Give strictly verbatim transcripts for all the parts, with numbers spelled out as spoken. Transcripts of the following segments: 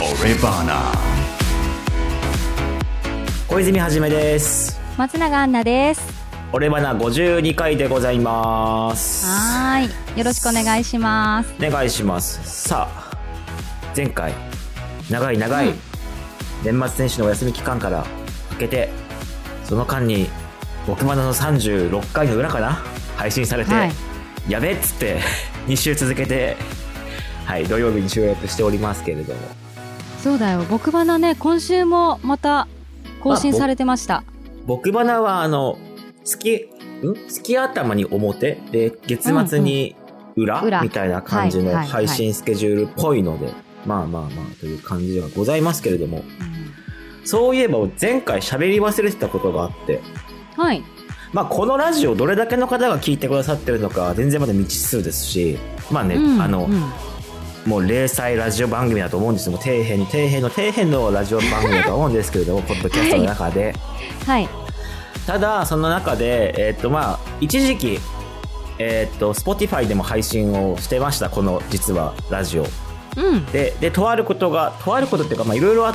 俺バナ小泉はじめです。 松永アンナです。 俺バナごじゅうにかいでございます。 はい、よろしくお願いします。 お願いします。さあ、前回長い長い年末年始のお休み期間から明けて、その間に僕バナのさんじゅうろっかいの裏かな配信されて、はい、やべっつってに週続けて、はい、土曜日に収録しておりますけれども。 そうだよ、僕バナね、今週もまた更新されてました。まあ、 僕バナはあの月ん月頭に表で月末に 裏,、うんうん、みたいな感じの配信スケジュールっぽいので、はいはいはい、まあまあまあという感じではございますけれども、うん、そういえば前回喋り忘れてたことがあって、 はい、 まあこのラジオどれだけの方が聞いてくださってるのか全然まだ未知数ですし、まあね、うん、あの、うんもう零細ラジオ番組だと思うんですよ。底辺に底辺の底辺のラジオ番組だと思うんですけれどもポッドキャストの中で、 はい、 ただその中でえー、っとまあ一時期えー、っと Spotify でも配信をしてました。この実はラジオ、うん、ででとあることがとあることっていうかまあいろいろあって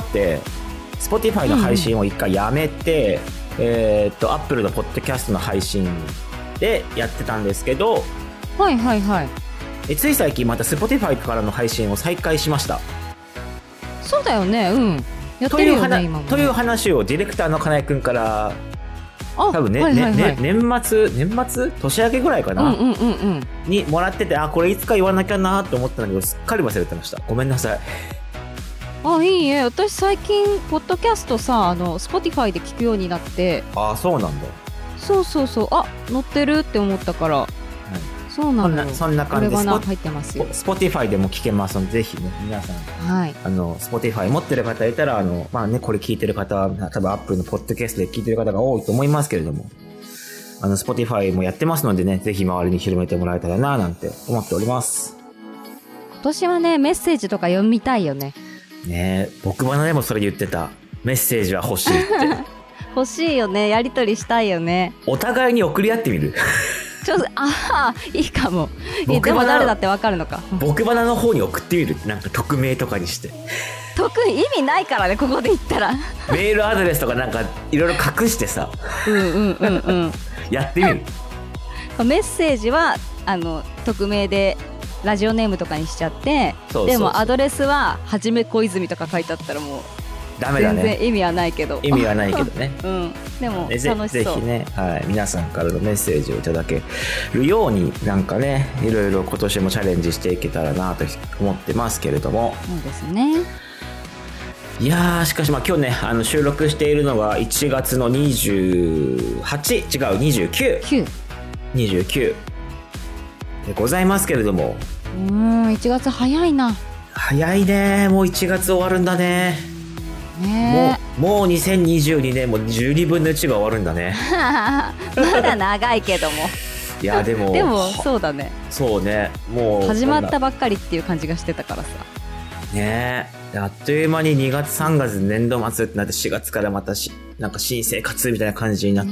Spotify の配信を一回やめて、うん、えー、っと Apple のポッドキャストの配信でやってたんですけど、 はいはいはい、 えつい最近また Spotify からの配信を再開しました。 そうだよね、うん、やってるよね今もね。 という話をディレクターの金井くんから多分ね、 はいはいはいねね年末年末年明けぐらいかな、 うんうんうんうん、 にもらってて、あこれいつか言わなきゃなと思ったんだけどすっかり忘れてました。ごめんなさい。 あ、いいえ、私最近ポッドキャストさ、あの Spotify で聞くようになって。 あ、そうなんだ。 そうそうそう、あ載ってるって思ったから、そうなのよ。 そんな感じでこれは入ってますよ。 Spotify でも聞けますので、ぜひね皆さん、 はい、 あの Spotify 持ってる方いたら、あのまあねこれ聞いてる方は多分 Apple のポッドキャストで聞いてる方が多いと思いますけれども、あの Spotify もやってますのでね、ぜひ周りに広めてもらえたらななんて思っております。 今年はねメッセージとか読みたいよね。 ねえ、僕バナでもそれ言ってた。メッセージは欲しいって欲しいよね、やり取りしたいよね。 お互いに送り合ってみるちょっとああいいかも。でも誰だってわかるのか。 僕バナの方に送ってみる。なんか匿名とかにして。 匿意味ないからね、ここで言ったらメールアドレスとかなんかいろいろ隠してさうんうんうんうんやってみるメッセージはあの匿名でラジオネームとかにしちゃって、そうそうそう、でもアドレスははじめ小泉とか書いてあったらもうダメだね。 全然意味はないけど意味はないけどね、 うん、でも楽しそう。 ぜひね、はい、皆さんからのメッセージをいただけるようになんかね、いろいろ今年もチャレンジしていけたらなと思ってますけれども。 そうですね。 いやー、しかしまあ今日ね、あの収録しているのはいちがつのにじゅうはち、違うにじゅうきゅう、にじゅうきゅうでございますけれども、 うーん、いちがつ早いな。 早いね。もういちがつ終わるんだね。 ね、 もう、もうにせんにじゅうにねんもじゅうにぶんのいちが終わるんだねまだ長いけどもいやでもでもそうだね。 そうね、もう始まったばっかりっていう感じがしてたからさねえ、あっという間ににがつさんがつ年度末ってなって、しがつからまたしなんか新生活みたいな感じになって、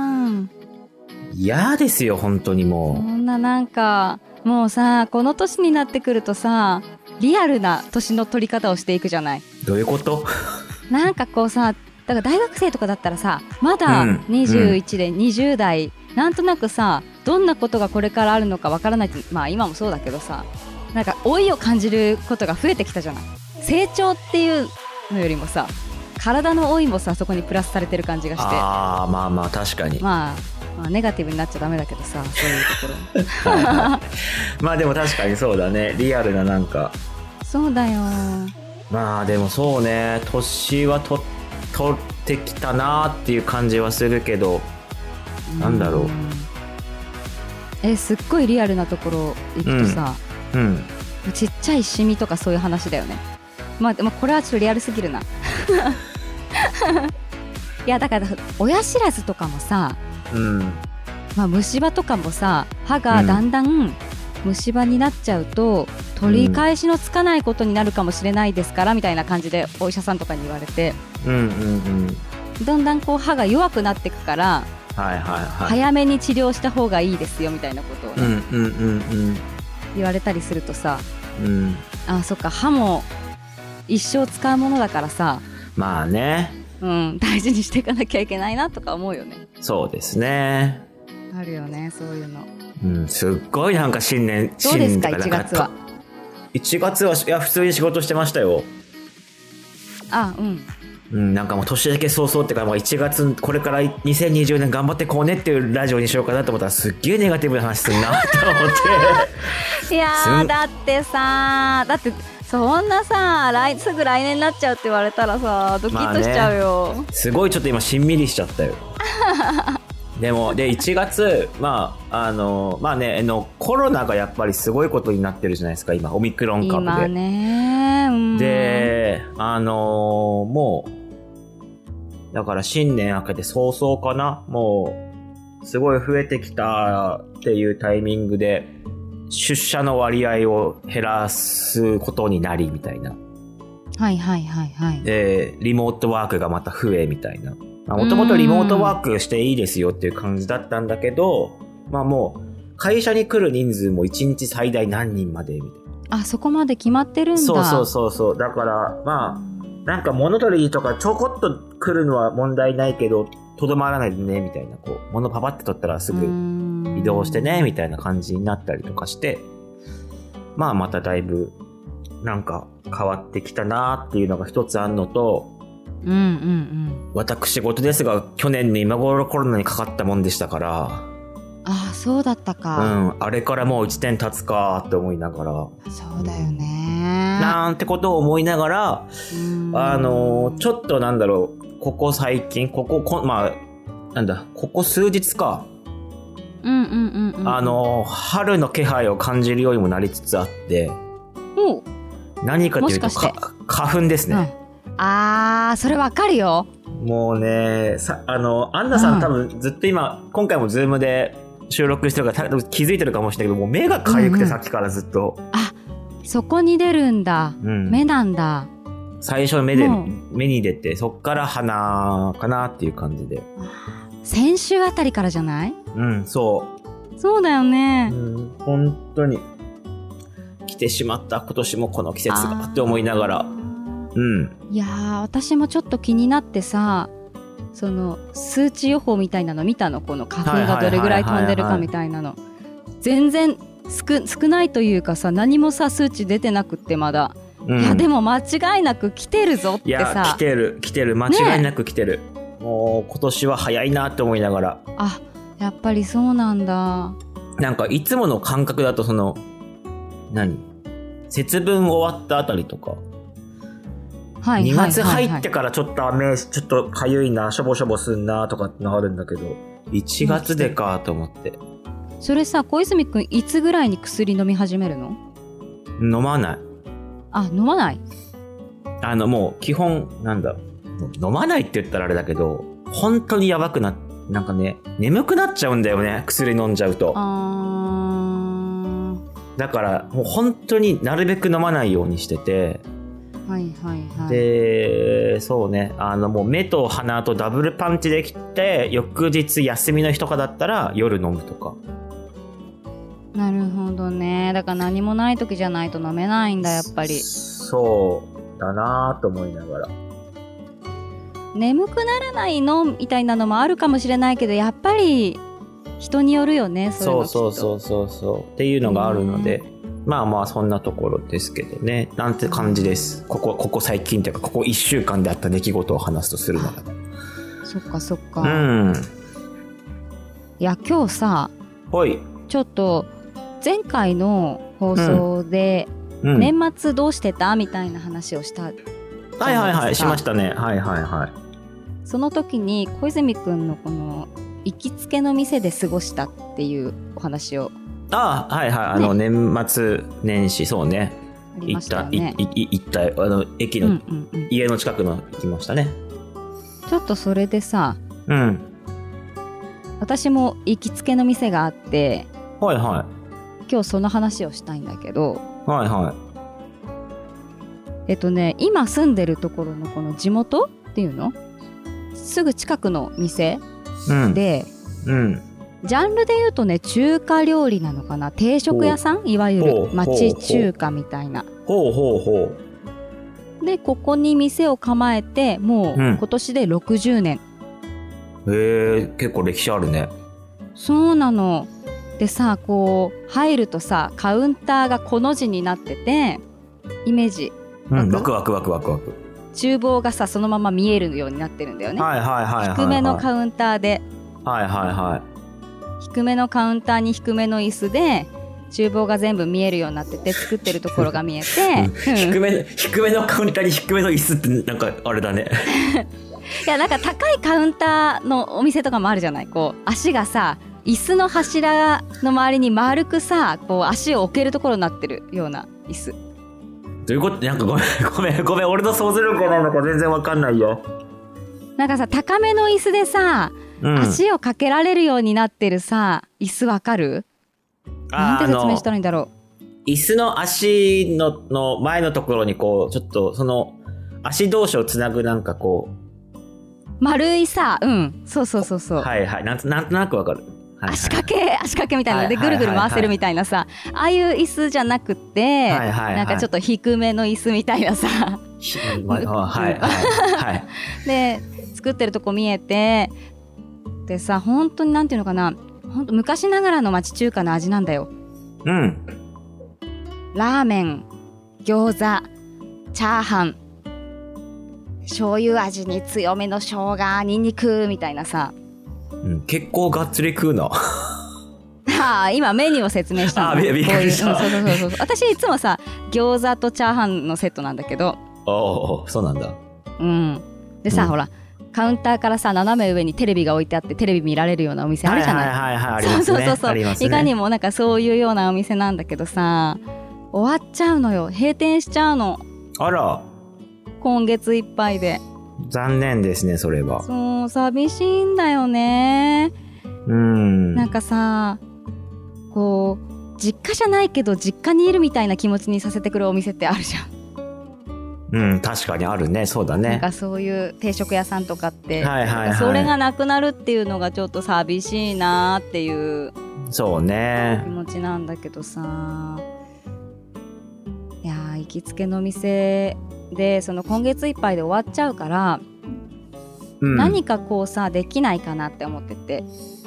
嫌ですよ本当に。もうそんななんかもうさ、この年になってくるとさ、リアルな年の取り方をしていくじゃない。 どういうこと？ なんかこうさ、だから大学生とかだったらさ、まだにじゅういちでにじゅう代、うん、なんとなくさ、どんなことがこれからあるのかわからないって、まあ今もそうだけどさ、なんか老いを感じることが増えてきたじゃない。成長っていうのよりもさ、体の老いもさ、そこにプラスされてる感じがして。 ああ、まあまあ確かに、 まあ、まあネガティブになっちゃダメだけどさ、そういうところはい、はい、まあでも確かにそうだね、リアルななんか。 そうだよ。 まあでもそうね、年はと取ってきたなっていう感じはするけど、なんだろう、 えすっごいリアルなところ行くとさ、 うんうん、 ちっちゃいシミとかそういう話だよね。まあ、まあ、これはちょっとリアルすぎるな。いやだから親知らずとかもさ、うん、まあ、虫歯とかもさ、歯がだんだん虫歯になっちゃうと、うん、取り返しのつかないことになるかもしれないですからみたいな感じでお医者さんとかに言われて、うんうんうん、だんだんこう歯が弱くなっていくから、はいはいはい、早めに治療した方がいいですよみたいなことを、ね、うんうんうんうん、言われたりするとさ、うん、あそっか、歯も一生使うものだからさ、 まあね、 うん、大事にしていかなきゃいけないなとか思うよね。 そうですね。 あるよね、そういうの。 うん、すっごいなんか新年、 どうですかいちがつは。 いちがつはいや普通に仕事してましたよ。 あ、うん。 うん、なんかもう年明け早々ってか、もういちがつこれからにせんにじゅうねん頑張ってこうねっていうラジオにしようかなと思ったら、すっげえネガティブな話するなって思っていやーだってさ、だってそんなさ来すぐ来年になっちゃうって言われたらさドキッとしちゃうよ、 まあね、すごいちょっと今しんみりしちゃったよでもでいちがつまああのまあねあのコロナがやっぱりすごいことになってるじゃないですか今、オミクロン株で。 今ね、うん、であのもうだから新年明けて早々かな、もうすごい増えてきたっていうタイミングで出社の割合を減らすことになりみたいな。 はいはいはいはい。 でリモートワークがまた増えみたいな。もともとリモートワークしていいですよっていう感じだったんだけど、まあもう会社に来る人数もいちにち最大何人までみたいな。 あ、そこまで決まってるんだ。 そうそうそうそう。だからまあなんか物取りとかちょこっと来るのは問題ないけどとどまらないでねみたいな、こう物パパって取ったらすぐ移動してねみたいな感じになったりとかして、まあまただいぶなんか変わってきたなっていうのが一つあるのと、 うんうんうん、 私事ですが去年の今頃コロナにかかったもんでしたから。 ああそうだったか。 うん、あれからもういちねん経つかって思いながら。 そうだよね。 なんてことを思いながら、あのちょっとなんだろう、ここ最近こここまあなんだここ数日か、 うんうんうんうん、 あの春の気配を感じるようにもなりつつあって、 お何かというとか花粉ですね。 うん、あーそれわかるよ。 もうねさあのアンナさん、うん、多分ずっと今今回もズームで収録してるから気づいてるかもしれないけど、もう目がかゆくて、うんうん、さっきからずっと。 あ、そこに出るんだ、うん、目なんだ。 最初目で目に出て、そっから鼻かなっていう感じで。 先週あたりからじゃない？ うん、そう。 そうだよね。 うん、本当に来てしまった今年もこの季節がって思いながら。うん。 いやー私もちょっと気になってさ。その数値予報みたいなの見たの、この花粉がどれぐらい飛んでるかみたいなの。全然少、少ないというかさ、何もさ数値出てなくってまだ、うん、いやでも間違いなく来てるぞってさ。 いや来てる来てる間違いなく来てる、ね、もう今年は早いなって思いながら。 あ、やっぱりそうなんだ。 なんかいつもの感覚だとその何節分終わったあたりとか、はい、にがつ入ってからちょっと雨ちょっとかゆいな、しょぼしょぼすんなとかってのあるんだけど、いちがつでかと思って。 それさ、小泉くんいつぐらいに薬飲み始めるの？ 飲まない。 あ、飲まない。 あのもう基本なんだ飲まないって言ったらあれだけど、本当にやばくななんかね眠くなっちゃうんだよね、薬飲んじゃうと。あだからもう本当になるべく飲まないようにしてて。 はいはいはい。 で、そうね、あのもう目と鼻とダブルパンチできて、翌日休みの日とかだったら夜飲むとか。 なるほどね。だから何もない時じゃないと飲めないんだ、やっぱり。 そうだなと思いながら。 眠くならないのみたいなのもあるかもしれないけど、やっぱり人によるよね、そういうの。 そうそうそうそうそうっていうのがあるので。まあまあそんなところですけどね、なんて感じです。ここここ最近というかここいっしゅうかんであった出来事を話すとするならば。 そっかそっか。 うん。 いや今日さ、 はい。 ちょっと前回の放送で、うん、年末どうしてたみたいな話をした。はいはいはいしましたね。はいはいはい。 その時に小泉くんのこの行きつけの店で過ごしたっていうお話を。 ああはいはい、あの、ね、年末年始そうね、行った行ったあの駅の、うんうんうん、家の近くの行きましたね。 ちょっとそれでさ、 うん、 私も行きつけの店があって、 はいはい、 今日その話をしたいんだけど、 はいはい、 えっとね今住んでるところのこの地元っていうのすぐ近くの店、うん、で、うんジャンルで言うとね中華料理なのかな、定食屋さん、いわゆる町中華みたいな。 ほうほうほう。 でここに店を構えてもう今年でろくじゅうねん、 うん、へえ結構歴史あるね。 そうなの。でさこう入るとさカウンターがこの字になっててイメージワクワクワクワクワク厨房がさそのまま見えるようになってるんだよね。 はいはいはいはい、はい、 低めのカウンターではいはいはい低めのカウンターに低めの椅子で厨房が全部見えるようになってて作ってるところが見えて低め低めのカウンターに低めの椅子ってなんかあれだねいやなんか高いカウンターのお店とかもあるじゃない。こう足がさ椅子の柱の周りに丸くさこう足を置けるところになってるような椅子。 どういうこと？なんかごめんごめんごめん俺の想像力がないのか全然わかんないよ。 なんかさ高めの椅子でさ、うん、足をかけられるようになってるさ椅子わかる？なんて説明したらいいんだろう。椅子の足 の, の前のところにこうちょっとその足同士をつなぐなんかこう丸いさうんそうそうそうそうはいはいなんとなんとなくわかる。 足掛け足掛けみたいなのでぐるぐる回せるみたいなさ、ああいう椅子じゃなくて、はいはいはい、なんかちょっと低めの椅子みたいなさはいはいはいで作ってるとこ見えてでさ本当になんていうのかな本当昔ながらの町中華の味なんだよ。 うんラーメン餃子チャーハン醤油味に強めの生姜ニンニクみたいなさ、 うん、結構がっつり食うなはあ、今メニューを説明したの。 あびびっくりした。 そうそうそうそう私いつもさ餃子とチャーハンのセットなんだけど。 おおそうなんだ。 うんでさ、うん、ほらカウンターからさ斜め上にテレビが置いてあってテレビ見られるようなお店あるじゃない。 はいはいはい、はい、ありますね。 そうそうそう、ね、いかにもなんかそういうようなお店なんだけどさ終わっちゃうのよ。閉店しちゃうの。 あら今月いっぱいで。 残念ですねそれは。 そう寂しいんだよね。 うんなんかさこう実家じゃないけど実家にいるみたいな気持ちにさせてくるお店ってあるじゃん。 うん確かにあるね。そうだね。 なんかそういう定食屋さんとかって、 はいはいはい、 それがなくなるっていうのがちょっと寂しいなっていうそうね気持ちなんだけどさ。いや行きつけの店でその今月いっぱいで終わっちゃうから、うん、何かこうさできないかなって思ってて、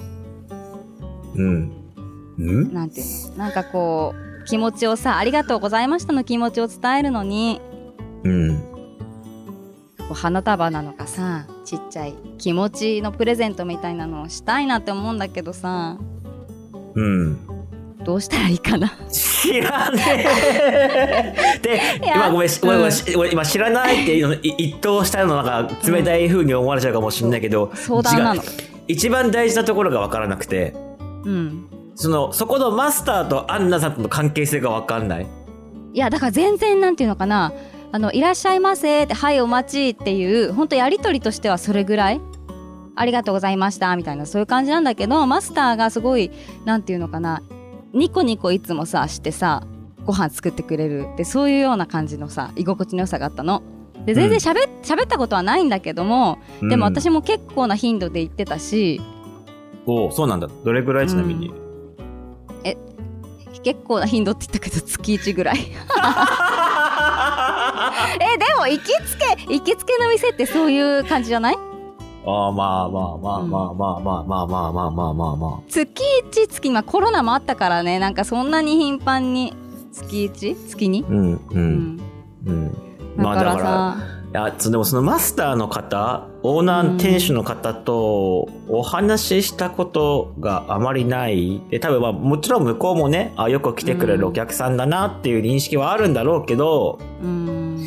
うんうん、 なんていうのなんかこう気持ちをさありがとうございましたの気持ちを伝えるのに、 うん、 こう花束なのかさちっちゃい気持ちのプレゼントみたいなのをしたいなって思うんだけどさ、 うん、 どうしたらいいかな。 知らねえで今ごめん、ごめん、うん、今知らないっていうの一答したのなんか冷たい風に思われちゃうかもしれないけど、 うん、相談なの。 一番大事なところが分からなくて、 うん、 そのそこのマスターとアンナさんとの関係性が分かんない。 いやだから全然なんていうのかなあのいらっしゃいませってはいお待ちっていう本当やり取りとしてはそれぐらいありがとうございましたみたいなそういう感じなんだけど、マスターがすごいなんていうのかなニコニコいつもさしてさご飯作ってくれるでそういうような感じのさ居心地の良さがあったので全然しゃべ、うん、喋ったことはないんだけども、うん、でも私も結構な頻度で行ってたし。 おそうなんだ。どれぐらいちなみに、うん、 え結構な頻度って言ったけど月いちぐらいえでも行きつけ行きつけの店ってそういう感じじゃない？ ああまあまあまあまあまあまあまあまあまあまあまあまあ月いち月まあコロナもあったからねなんかそんなに頻繁に月いち月にうんうんうん、だからさ、まあ、だからいやでもそのマスターの方オーナー店主の方とお話ししたことがあまりないで多分まあもちろん向こうもねあよく来てくれるお客さんだなっていう認識はあるんだろうけどうん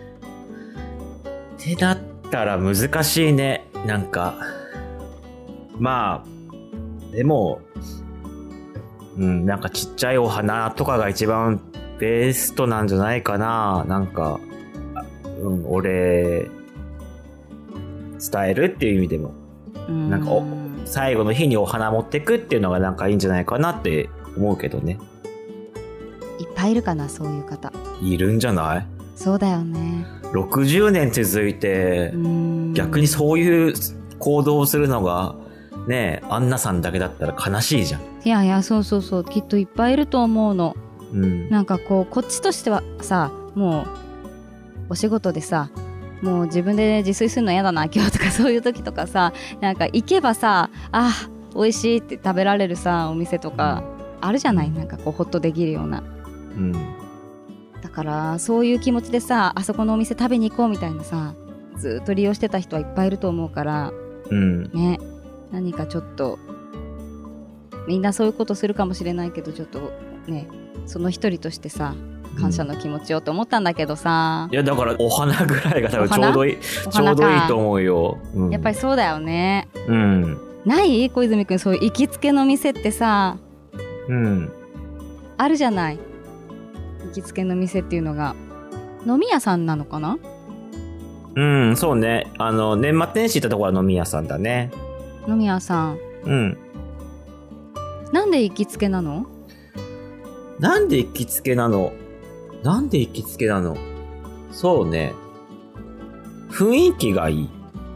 ってなったら難しいね。なんかまあでもうんなんかちっちゃいお花とかが一番ベストなんじゃないかな。なんかうん俺伝えるっていう意味でもんなんかお最後の日にお花持ってくっていうのがなんかいいんじゃないかなって思うけどね。 いっぱいいるかなそういう方。 いるんじゃない？ そうだよね。 ろくじゅうねん続いて逆にそういう行動をするのがねえアンナさんだけだったら悲しいじゃん。 いやいやそうそうそうきっといっぱいいると思うの、 うん、 なんかこうこっちとしてはさもうお仕事でさもう自分で自炊するの嫌だな今日とかそういう時とかさなんか行けばさあ美味しいって食べられるさお店とかあるじゃないなんかこうホッとできるような、うん、だからそういう気持ちでさあそこのお店食べに行こうみたいなさずっと利用してた人はいっぱいいると思うから、うんね、何かちょっとみんなそういうことするかもしれないけどちょっとねその一人としてさ感謝の気持ちをと思ったんだけどさ、 うん、いやだからお花ぐらいが多分ちょうどいいちょうどいいと思うよ、 うん、やっぱりそうだよね、うん、ない小泉くんそういう行きつけの店ってさ、うん、あるじゃない行きつけの店っていうのが飲み屋さんなのかな。 うんそうねあの年末年始行ったところは飲み屋さんだね。 飲み屋さんうんなんで行きつけなの？ なんで行きつけなのなんで行きつけなのそうね雰囲気がいい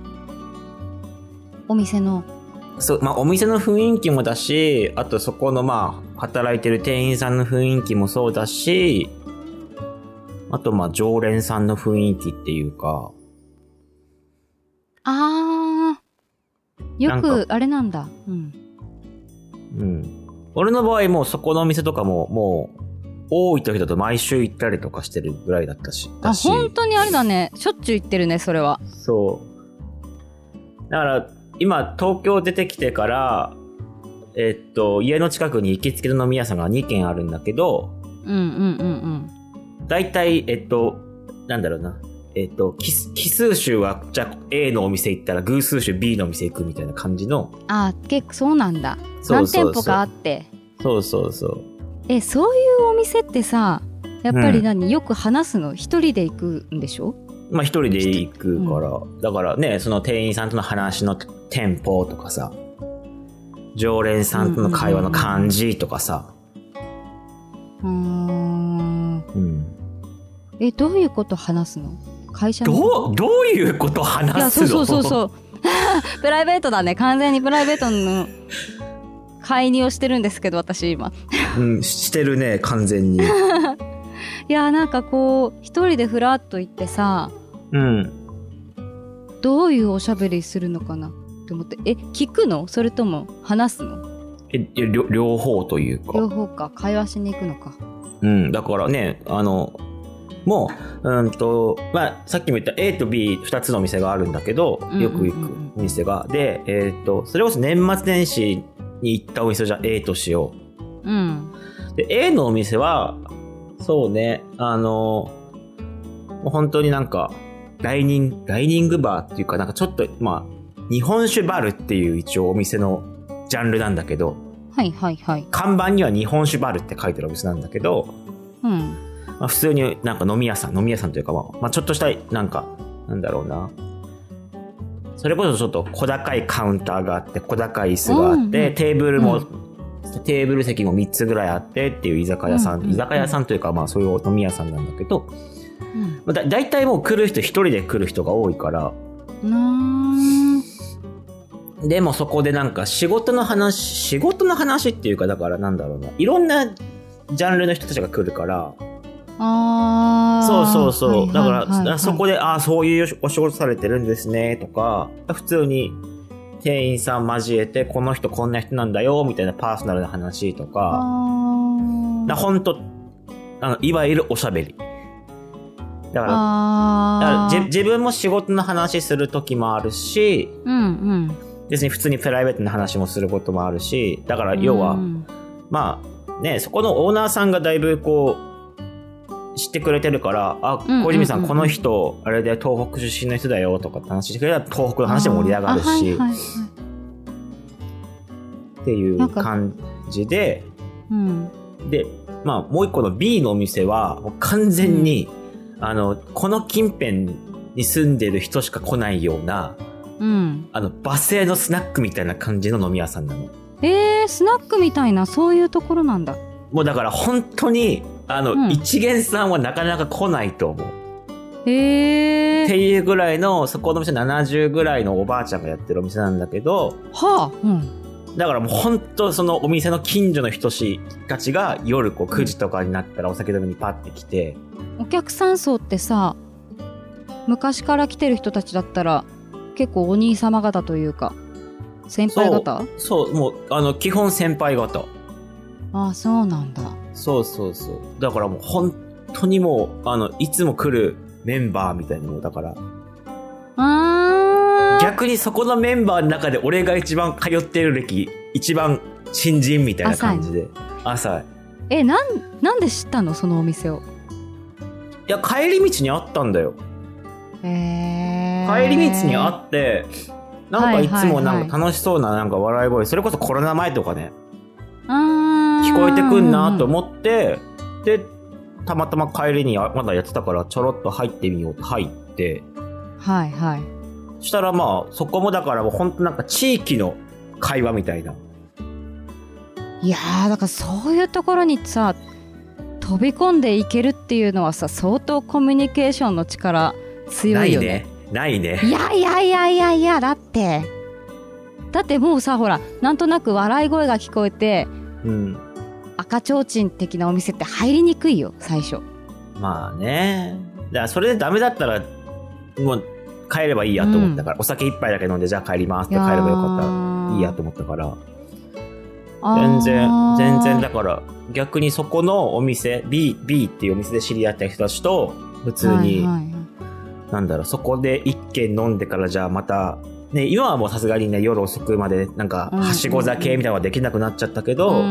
お店のそうまあお店の雰囲気もだしあとそこのまあ働いてる店員さんの雰囲気もそうだしあとまあ常連さんの雰囲気っていうかあーよくあれなんだうんうん。俺の場合もうそこのお店とかももう多い時だと毎週行ったりとかしてるぐらいだったし。 あ、本当にあれだね。しょっちゅう行ってるね、それは。 そう。だから今東京出てきてからえっと家の近くに行きつけの飲み屋さんがにけんあるんだけど、うんうんうんうん。だいたいえっとなんだろうな。えっと奇、奇数週はじゃあ A のお店行ったら偶数週 B のお店行くみたいな感じの。 あ、結構そうなんだ。何店舗かあって。 そうそうそう。 え、そういうお店ってさ、やっぱり何、うん、よく話すの一人で行くんでしょ？ まあ一人で行くから、うん、だからね、その店員さんとの話のテンポとかさ、常連さんとの会話の感じとかさ。うーん。うん。え、どういうこと話すの？会社のどうどういうこと話すの？いやそうそうそうそうプライベートだね完全にプライベートの介入をしてるんですけど私今うんしてるね完全にいやなんかこう一人でフラッと行ってさうんどういうおしゃべりするのかなって思ってえ聞くのそれとも話すのえ両両方というか両方か会話しに行くのかうんだからねあのもう、うんと、まあ、さっきも言った A と B ふたつのお店があるんだけど、よく行くお店が。で、えっと、それこそ年末年始に行ったお店をじゃあ A としよう。うん。で、A のお店は、そうね、あの、もう本当になんか、ダイニング、ダイニングバーっていうか、なんかちょっと、まあ、日本酒バルっていう一応お店のジャンルなんだけど、 はいはいはい。 看板には日本酒バルって書いてるお店なんだけど、うん。まあ、普通になんか飲み屋さん、飲み屋さんというか、まあ、まあ、ちょっとした、なんか、なんだろうな。それこそちょっと小高いカウンターがあって、小高い椅子があって、うんうん、テーブルも、うん、テーブル席もみっつぐらいあってっていう居酒屋さん、うんうん、居酒屋さんというか、まあそういう飲み屋さんなんだけど、うんまあ、だ, だいたいもう来る人一人で来る人が多いから、うんでもそこでなんか仕事の話、仕事の話っていうか、だからなんだろうな、いろんなジャンルの人たちが来るから、あそうそうそう、はいはいはいはい、だから、そこであそういうお仕事されてるんですねとか普通に店員さん交えてこの人こんな人なんだよみたいなパーソナルな話とかだ本当あのいわゆるおしゃべりだからだから自分も仕事の話する時もあるし、うんうん、別に普通にプライベートな話もすることもあるしだから要は、うん、まあねそこのオーナーさんがだいぶこう知ってくれてるから、あ、小泉さん、この人、あれで東北出身の人だよとかって話してくれたら、東北の話で盛り上がるし、はいはいはい、っていう感じで、うん、で、まあ、もう一個の B のお店は、もう完全に、うん、あの、この近辺に住んでる人しか来ないような、うん、あの、バス停のスナックみたいな感じの飲み屋さんなの。 えー、スナックみたいな、そういうところなんだ。 もうだから本当に、あの、うん、一元さんはなかなか来ないと思う。へー。っていうぐらいの、そこの店ななじゅうぐらいのおばあちゃんがやってるお店なんだけど、はあ、うん。だからもう本当そのお店の近所の人たちが夜こうくじとかになったらお酒飲みにパッて来て、 うん、お客さん層ってさ、 昔から来てる人たちだったら結構お兄様方というか先輩方？ そう、そうもうあの基本先輩方。 ああ、そうなんだ。 そうそうそう。だからもう本当にもうあのいつも来るメンバーみたいなのだから。 あ逆にそこのメンバーの中で俺が一番通ってる歴一番新人みたいな感じで。浅い。 え、なんなんで知ったのそのお店を？ いや帰り道にあったんだよ。 へー。 帰り道にあってなんかいつもなんか楽しそうななんか笑い声、それこそコロナ前とかね、聞こえてくんなと思って、でたまたま帰りにまだやってたからちょろっと入ってみようって入って、 はいはい。 そしたらまあそこもだからもう本当なんか地域の会話みたいな。 いやー、だからそういうところにさ飛び込んでいけるっていうのはさ、相当コミュニケーションの力強いよね。 ないね。ないね。 いやいやいやいやいや、だってだってもうさ、ほらなんとなく笑い声が聞こえて、うん、赤ちょうちん的なお店って入りにくいよ最初。まあね。だからそれでダメだったらもう帰ればいいやと思ったから、うん、お酒一杯だけ飲んでじゃあ帰りますって帰ればよかったらいいやと思ったから、全然全然だから逆にそこのお店 B, B っていうお店で知り合った人たちと普通に、はいはい、なんだろう、そこで一軒飲んでからじゃあまたね、今はもうさすがにね夜遅くまでなんかはしご酒みたいなのができなくなっちゃったけど、うん、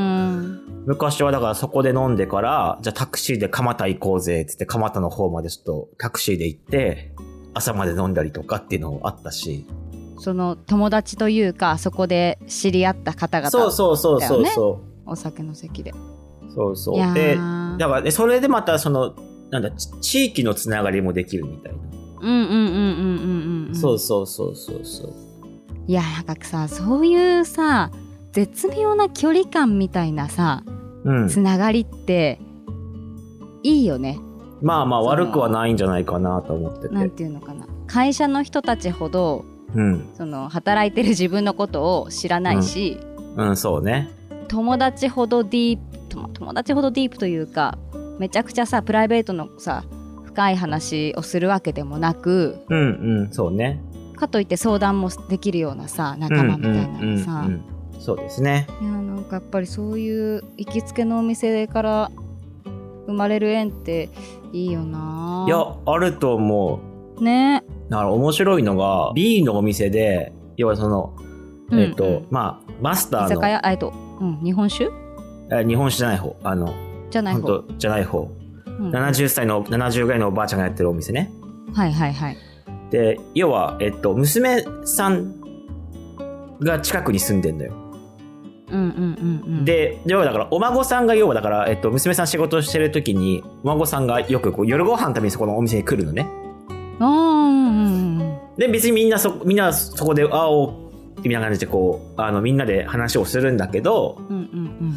昔はだからそこで飲んでからじゃあタクシーで蒲田行こうぜっつって蒲田の方までちょっとタクシーで行って朝まで飲んだりとかっていうのもあったし、 その友達というかそこで知り合った方々だよね。 そうそうそうそうそう、 お酒の席で。 そうそう。でだからそれでまたそのなんだ地域のつながりもできるみたいな。 うんうんうんうんうんうん。 そうそうそうそうそう。 いやなんかさ、そういうさ絶妙な距離感みたいなさ、うん、つながりっていいよね。 まあまあ悪くはないんじゃないかなと思ってて。 なんていうのかな、会社の人たちほど、うん、その働いてる自分のことを知らないし、 うん、うん、そうね。 友達ほどディープ友達ほどディープというかめちゃくちゃさプライベートのさ深い話をするわけでもなく、 うんうん、そうね。 かといって相談もできるようなさ仲間みたいなのさ、うんうんうん、そうですね。 いやなんかやっぱりそういう行きつけのお店から生まれる縁っていいよな。 いやあると思うね。 だから面白いのが B のお店で要はそのえっ、ー、と、うんうん、まあマスターの居酒屋えっと、うん、日本酒え日本酒じゃない方あのじゃない方じゃない方、うん、ななじゅっさいのななじゅうぐらいのおばあちゃんがやってるお店ね。 はいはいはい。 で要はえっと娘さんが近くに住んでんだよ。 うんうんうんうん。 で要はだからお孫さんが要はだからえっと娘さん仕事してる時にお孫さんがよくこう夜ご飯食べにそこのお店に来るのね。 ああうんうんうん。 で別にみんなそみんなそこであおみたいな感じでこうあのみんなで話をするんだけど、うんうんうん、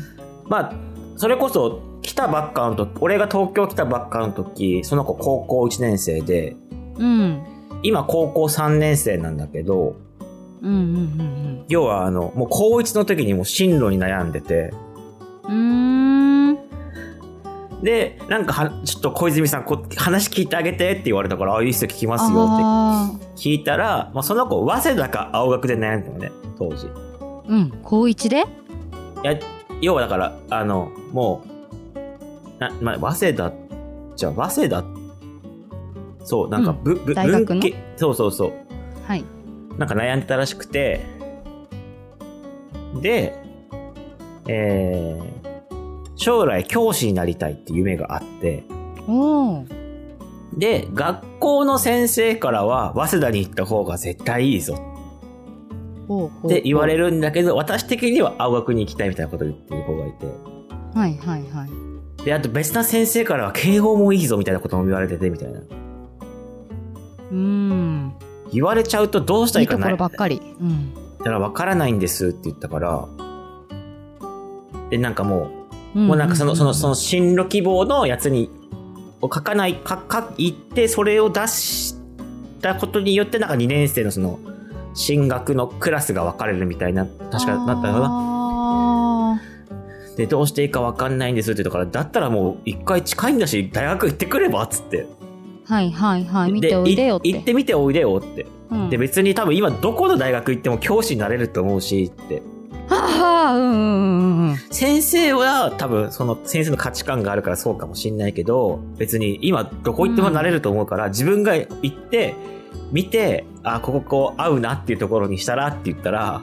まあそれこそ来たばっかの時俺が東京来たばっかの時その子高校いちねん生で、うん、今高校さんねん生なんだけど、うんうんうんうん、要はあのもう高いちの時にもう進路に悩んでて、うーんでなんかはちょっと小泉さんこ話聞いてあげてって言われたからあいいっすよ聞きますよって聞いたら、まあ、その子早稲田か青学で悩んでたのね当時。 うん高いちでいや要はだからあのもうな、まあ、早稲田じゃあ早稲田そうなんかぶ、うん、 大学の文系そうそうそうはいなんか悩んでたらしくてでえー将来教師になりたいっていう夢があっておで学校の先生からは早稲田に行った方が絶対いいぞって言われるんだけど私的には青学に行きたいみたいなことを言ってる子がいてはいはいはいであと別な先生からは慶応もいいぞみたいなことも言われててみたいなうん言われちゃうとどうしたらいいかないいところばっかり、うん、 だから分からないんですって言ったからでなんかもうもうなんかその、その、その進路希望のやつに、を書かない、書か、言って、それを出したことによって、なんかにねん生のその、進学のクラスが分かれるみたいな、確かなったかな。で、どうしていいか分かんないんですって言ったから、だったらもう一回近いんだし、大学行ってくればっつって。 はいはいはい、見ておいでよって。 行ってみておいでよって、うん、で別に多分今どこの大学行っても教師になれると思うしって。 はあ、うんうんうん。 先生は多分その先生の価値観があるからそうかもしんないけど、別に今どこ行ってもなれると思うから、うん、自分が行って見て、あ、こここう合うなっていうところにしたらって言ったら、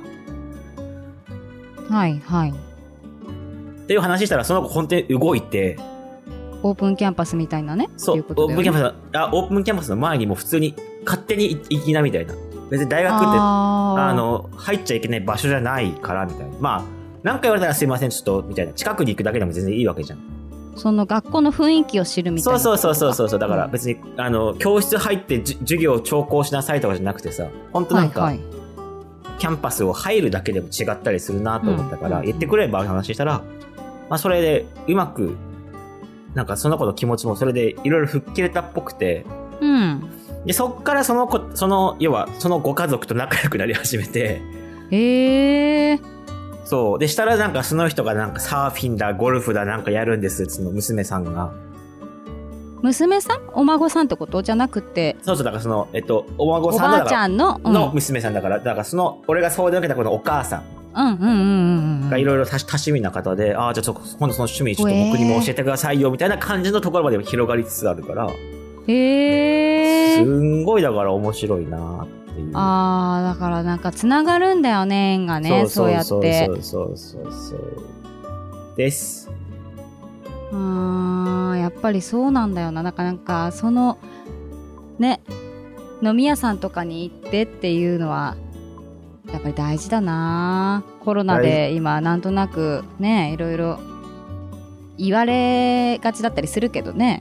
はいはい。 っていう話したらその子本当に動いて。 オープンキャンパスみたいなね。 そう、 いうことだよね、 オープンキャンパス、あ、オープンキャンパスの前にも普通に勝手に行きなみたいな。別に大学ってあの入っちゃいけない場所じゃないからみたいな。まあ何回言われたらすいませんちょっとみたいな、近くに行くだけでも全然いいわけじゃん。 その学校の雰囲気を知るみたいな。 そうそうそうそうそう。だから別に、うん、あの教室入ってじ授業を聴講しなさいとかじゃなくてさ、本当なんか、はいはい、キャンパスを入るだけでも違ったりするなと思ったから、うん、言ってくれば話したら、まあそれでうまくなんかその子の気持ちもそれでいろいろ吹っ切れたっぽくて、 うん。 でそっからその子、その要はそのご家族と仲良くなり始めて、 へー。 そうでしたらなんかその人がなんかサーフィンだゴルフだなんかやるんですその娘さんが。 娘さん？お孫さんってことじゃなくて。 そうそう、だからそのえっとお孫さんのおばあちゃんの、 うん、の娘さんだから、だからその俺が相談を受けたこのお母さん。 うんうんうんうん。 がいろいろ多趣味な方で、ああじゃあちょっと今度その趣味ちょっと僕にも教えてくださいよみたいな感じのところまで広がりつつあるから。 へー。 すんごいだから面白いなっていう。 ああ、だからなんかつながるんだよね、縁がね、そうやって。 そうそうそうそうそうです。 うーん、やっぱりそうなんだよな。なんかなんかそのね、飲み屋さんとかに行ってっていうのはやっぱり大事だな。コロナで今なんとなくね、いろいろ言われがちだったりするけどね。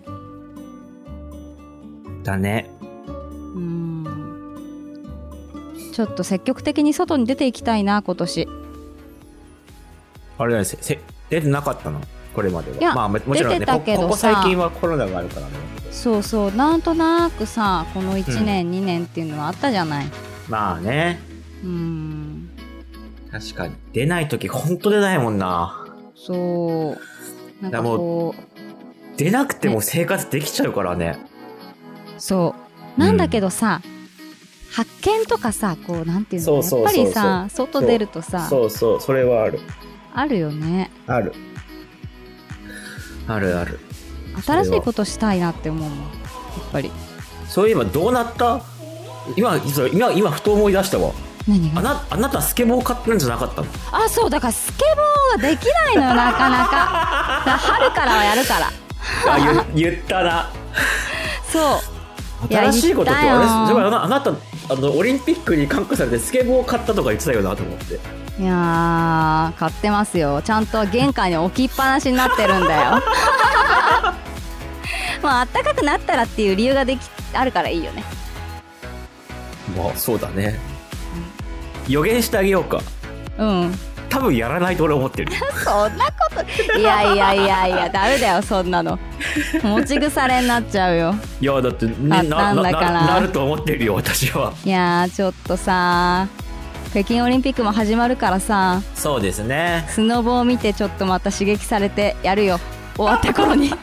だね。 うーん。ちょっと積極的に外に出ていきたいな今年。 あれだね、せせ出てなかったのこれまでは。 いや、 まあもちろんね、 出てたけどさ、 ここ最近はコロナがあるからね。 そうそう、なんとなくさ、このいちねん、うん、にねんっていうのはあったじゃない。 まあね。 うーん。 確かに出ないとき本当出ないもんな。 そう。なんかこう出なくても生活できちゃうからね。 そうなんだけどさ、うん、発見とかさ、こうなんていうの、やっぱりさ、外出るとさ、 そうそう、それはあるあるよね。 あるあるある。 新しいことしたいなって思うもん、やっぱり。そういえばどうなった？今今今ふと思い出したわ。 何が？ あなあなたスケボー買ってるんじゃなかったの？ あ、そう、だからスケボーができないのよなかなか。だ春からはやるから。 あ、言, 言ったな。 そう。 新しいことってあれ、あなあなたあのオリンピックに感化されてスケボーを買ったとか言ってたよなと思って。 いやー、買ってますよ。ちゃんと玄関に置きっぱなしになってるんだよ。もうあったかくなったらっていう理由ができあるからいいよね。 まあそうだね、うん、予言してあげようか。 うん、 多分やらないと俺思ってる。 そんなこといやいやいやいや、ダメだよそんなの。持ち腐れになっちゃうよ。 いやだって、ね、な, な, な, なると思ってるよ私は。 いやちょっとさ、北京オリンピックも始まるからさ。 そうですね、 スノボを見てちょっとまた刺激されてやるよ、終わった頃に。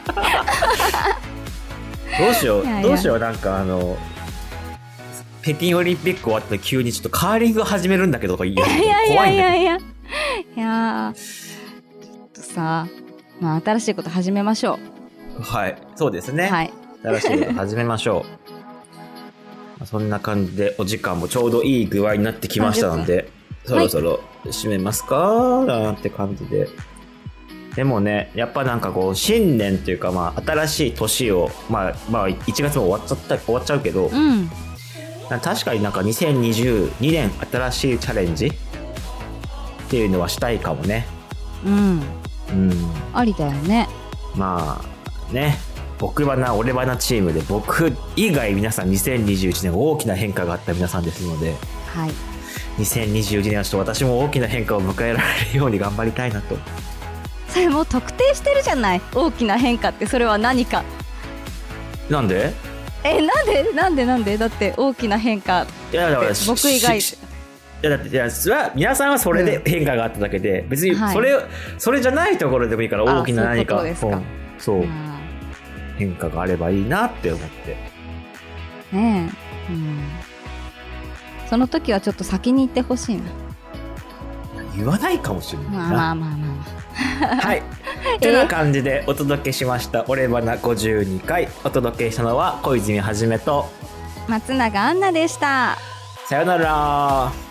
どうしよういやいやどうしよう、なんかあの北京オリンピック終わって急にちょっとカーリング始めるんだけどとか言うの怖いんだけど。いやいやいやいやいやちょっとさ、まあ新しいこと始めましょう。はい、そうですね、 はい、 新しいこと始めましょう。そんな感じでお時間もちょうどいい具合になってきましたので、そろそろ締めますか、はい、なんて感じで。でもね、やっぱなんかこう新年というか、まあ新しい年を、まあまあいちがつも終わっちゃった終わっちゃうけど、 うん、 確かになんかにせんにじゅうにねん新しいチャレンジっていうのはしたいかもね。 うん、 うん、 ありだよね。 まあね、僕はな俺はなチームで僕以外皆さんにせんにじゅういちねん大きな変化があった皆さんですので、 はい、 にせんにじゅういちねんはちょっと私も大きな変化を迎えられるように頑張りたいなと。 それもう特定してるじゃない、大きな変化って。それは何か。 なんで？ え、なんでなんでなんでだって大きな変化って僕以外。いやだっていやそれは皆さんはそれで変化があっただけで、うん、別にそれ、はい、それじゃないところでもいいから大きな何か、 そういうことですか。 そう、うん、変化があればいいなって思って。 ねえ、うん、その時はちょっと先に行ってほしいな。 言わないかもしれないな。 まあまあまあまあはいてな感じでお届けしました俺バナごじゅうにかい。お届けしたのは小泉はじめと松永杏奈でした。 さよなら。